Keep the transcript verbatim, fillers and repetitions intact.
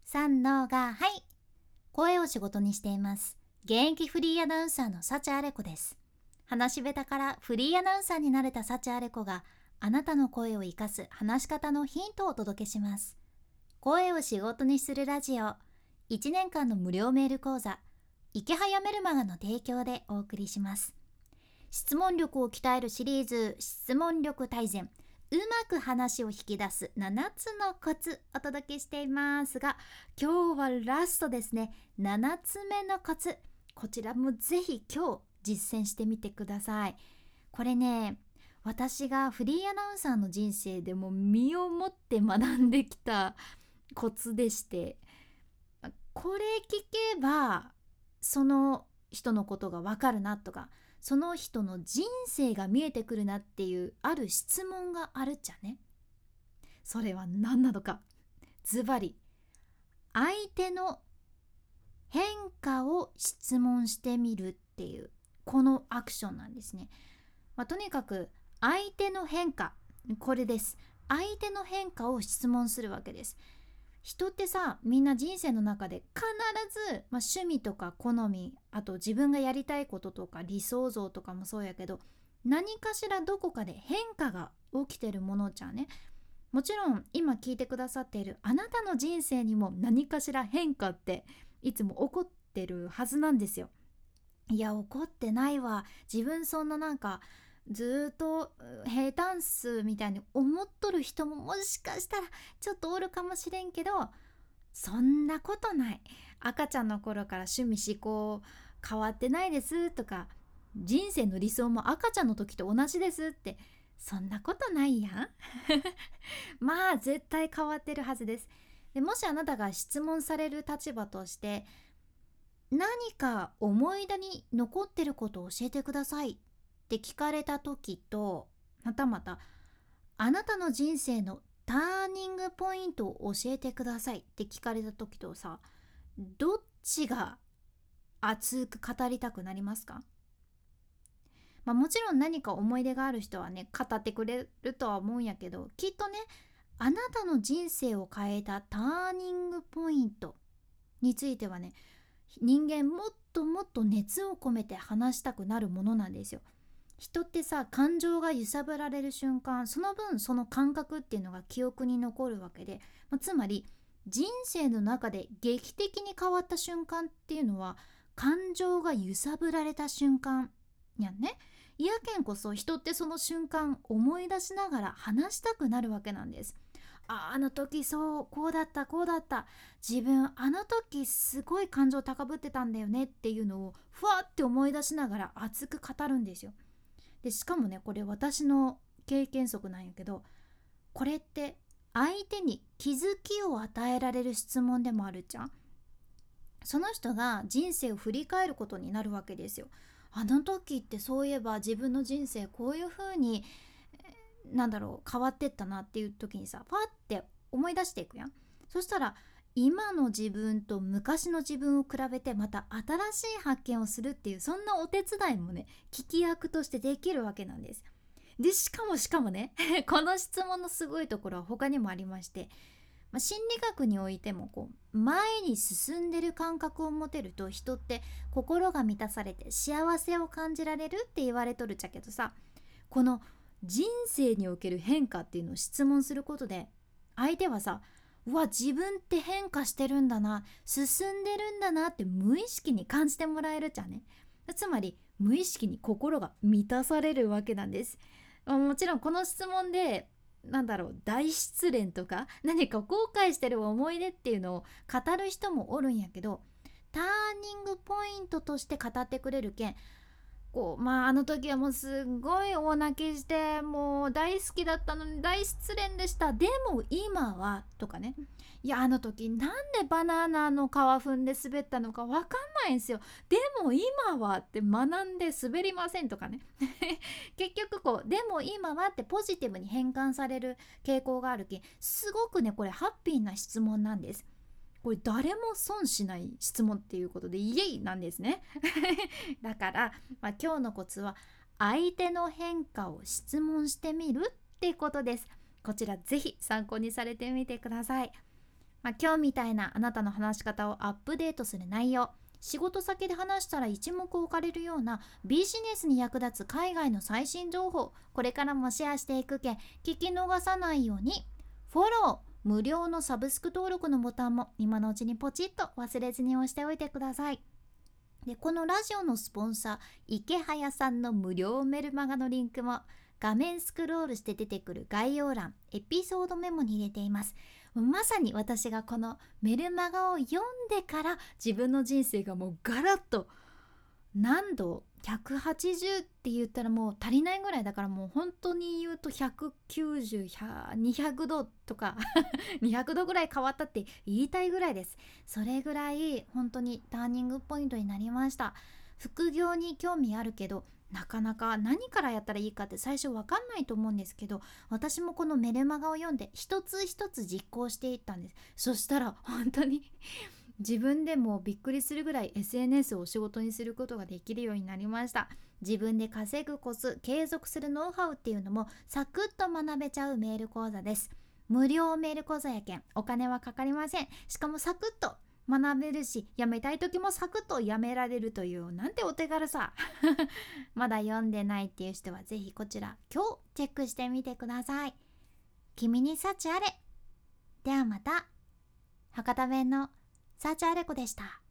さんのがはい。声を仕事にしています。現役フリーアナウンサーの幸あれ子です。話し下手からフリーアナウンサーになれた幸あれ子が、あなたの声を生かす話し方のヒントをお届けします。声を仕事にするラジオ。いちねんかんの無料メール講座、池早メルマガの提供でお送りします。質問力を鍛えるシリーズ、質問力大全。うまく話を引き出すななつのコツお届けしていますが、今日はラストですね。ななつめのコツ、こちらもぜひ今日実践してみてください。これね、私がフリーアナウンサーの人生でも身をもって学んできたコツでして、これ聞けばその人のことがわかるなとか、その人の人生が見えてくるなっていうある質問があるっちゃね。それは何なのか、ズバリ相手の変化を質問してみるっていうこのアクションなんですね。まあ、とにかく相手の変化、これです。相手の変化を質問するわけです。人ってさ、みんな人生の中で必ず、まあ、趣味とか好み、あと自分がやりたいこととか理想像とかもそうやけど、何かしらどこかで変化が起きてるものじゃね。もちろん今聞いてくださっているあなたの人生にも何かしら変化っていつも起こってるはずなんですよ。いや、怒ってないわ、自分そんななんかずっと平坦数みたいに思っとる人ももしかしたらちょっとおるかもしれんけど、そんなことない、赤ちゃんの頃から趣味思考変わってないですとか、人生の理想も赤ちゃんの時と同じですって、そんなことないやんまあ絶対変わってるはずです。でもしあなたが質問される立場として、何か思い出に残ってることを教えてくださいって聞かれた時と、またまたあなたの人生のターニングポイントを教えてくださいって聞かれた時とさ、どっちが熱く語りたくなりますか？まあ、もちろん何か思い出がある人はね語ってくれるとは思うんやけど、きっとね、あなたの人生を変えたターニングポイントについてはね、人間もっともっと熱を込めて話したくなるものなんですよ。人ってさ、感情が揺さぶられる瞬間、その分その感覚っていうのが記憶に残るわけで、まあ、つまり人生の中で劇的に変わった瞬間っていうのは感情が揺さぶられた瞬間やんね。いやけんこそ人ってその瞬間思い出しながら話したくなるわけなんです。あ、あの時そうこうだったこうだった、自分あの時すごい感情高ぶってたんだよねっていうのをふわって思い出しながら熱く語るんですよ。でしかもね、これ私の経験則なんやけど、これって相手に気づきを与えられる質問でもあるじゃん。その人が人生を振り返ることになるわけですよ。あの時ってそういえば自分の人生こういう風に、えーなんだろう、変わってったなっていう時にさ、パッて思い出していくやん。そしたら今の自分と昔の自分を比べてまた新しい発見をするっていう、そんなお手伝いもね、聞き役としてできるわけなんです。でしかもしかもねこの質問のすごいところは他にもありまして、まあ、心理学においてもこう前に進んでる感覚を持てると人って心が満たされて幸せを感じられるって言われとるっちゃけどさ、この人生における変化っていうのを質問することで、相手はさ、うわ自分って変化してるんだな、進んでるんだなって無意識に感じてもらえるじゃんね。つまり無意識に心が満たされるわけなんです。もちろんこの質問でなんだろう、大失恋とか何か後悔してる思い出っていうのを語る人もおるんやけど、ターニングポイントとして語ってくれるけん、こうまああの時はもうすごい大泣きしてもう大好きだったのに大失恋でした、でも今はとかね、いやあの時なんでバナナの皮踏んで滑ったのかわかんないんですよ、でも今はって学んで滑りませんとかね結局こうでも今はってポジティブに変換される傾向があるけん、すごくねこれハッピーな質問なんです。これ誰も損しない質問っていうことでイエイなんですねだから、まあ、今日のコツは相手の変化を質問してみるっていうことです。こちらぜひ参考にされてみてください。 まあ、今日みたいなあなたの話し方をアップデートする内容、仕事先で話したら一目置かれるようなビジネスに役立つ海外の最新情報、これからもシェアしていくけ、聞き逃さないようにフォロー、無料のサブスク登録のボタンも今のうちにポチッと忘れずに押しておいてください。で、このラジオのスポンサー、池早さんの無料メルマガのリンクも画面スクロールして出てくる概要欄、エピソードメモに入れています。まさに私がこのメルマガを読んでから自分の人生がもうガラッと、何度ひゃくはちじゅうって言ったらもう足りないぐらいだから、もう本当に言うとひゃくきゅうじゅう、にひゃくどとかにひゃくどぐらい変わったって言いたいぐらいです。それぐらい本当にターニングポイントになりました。副業に興味あるけどなかなか何からやったらいいかって最初わかんないと思うんですけど、私もこのメルマガを読んで一つ一つ実行していったんです。そしたら本当に自分でもびっくりするぐらい エスエヌエス を仕事にすることができるようになりました。自分で稼ぐコツ、継続するノウハウっていうのもサクッと学べちゃうメール講座です。無料メール講座やけんお金はかかりません。しかもサクッと学べるし、やめたい時もサクッとやめられるという、なんてお手軽さまだ読んでないっていう人はぜひこちら今日チェックしてみてください。君に幸あれ。ではまた。博多弁のサーチャーレコでした。